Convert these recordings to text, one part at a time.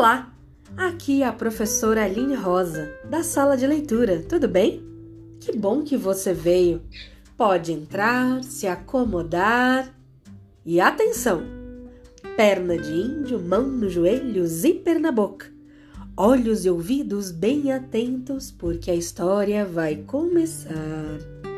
Olá, aqui é a professora Aline Rosa, da sala de leitura, tudo bem? Que bom que você veio. Pode entrar, se acomodar e atenção! Perna de índio, mão no joelho, zíper na boca. Olhos e ouvidos bem atentos, porque a história vai começar.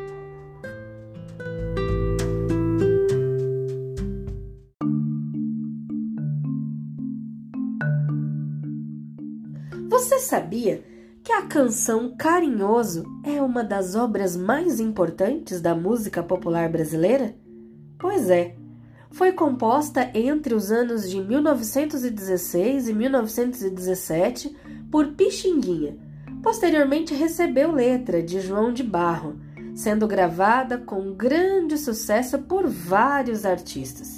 Você sabia que a canção Carinhoso é uma das obras mais importantes da música popular brasileira? Pois é, foi composta entre os anos de 1916 e 1917 por Pixinguinha. Posteriormente recebeu letra de João de Barro, sendo gravada com grande sucesso por vários artistas.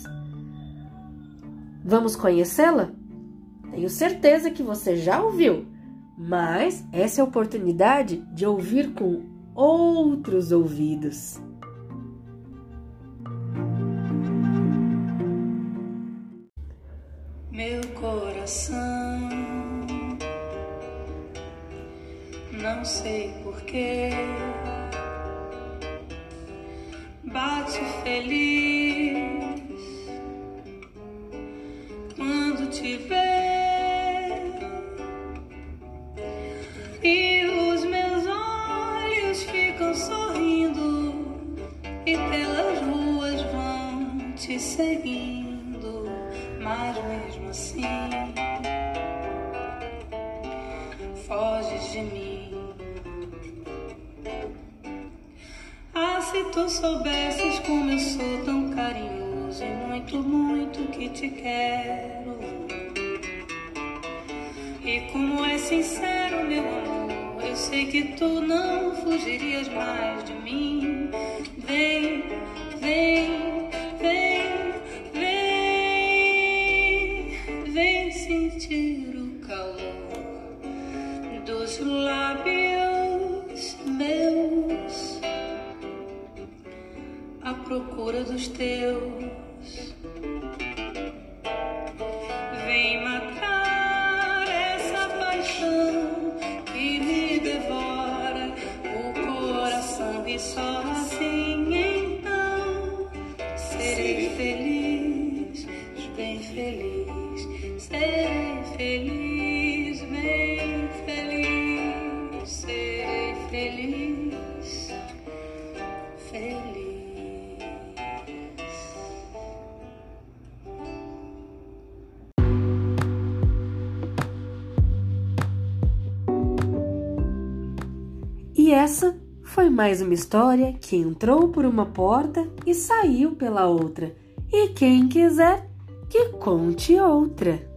Vamos conhecê-la? Tenho certeza que você já ouviu, mas essa é a oportunidade de ouvir com outros ouvidos. Meu coração, não sei porquê, bate feliz quando te vê. E os meus olhos ficam sorrindo e pelas ruas vão te seguindo, mas mesmo assim foges de mim. Ah, se tu soubesses como eu sou tão carinhoso e muito, muito que te quero. E como é sincero, meu amor, eu sei que tu não fugirias mais de mim. Vem, vem, vem, vem, vem sentir o calor dos lábios meus à procura dos teus. Vem matar que me devora o coração, e só assim então serei feliz, bem feliz, serei feliz, bem feliz, serei feliz, feliz. E essa foi mais uma história que entrou por uma porta e saiu pela outra. E quem quiser, que conte outra.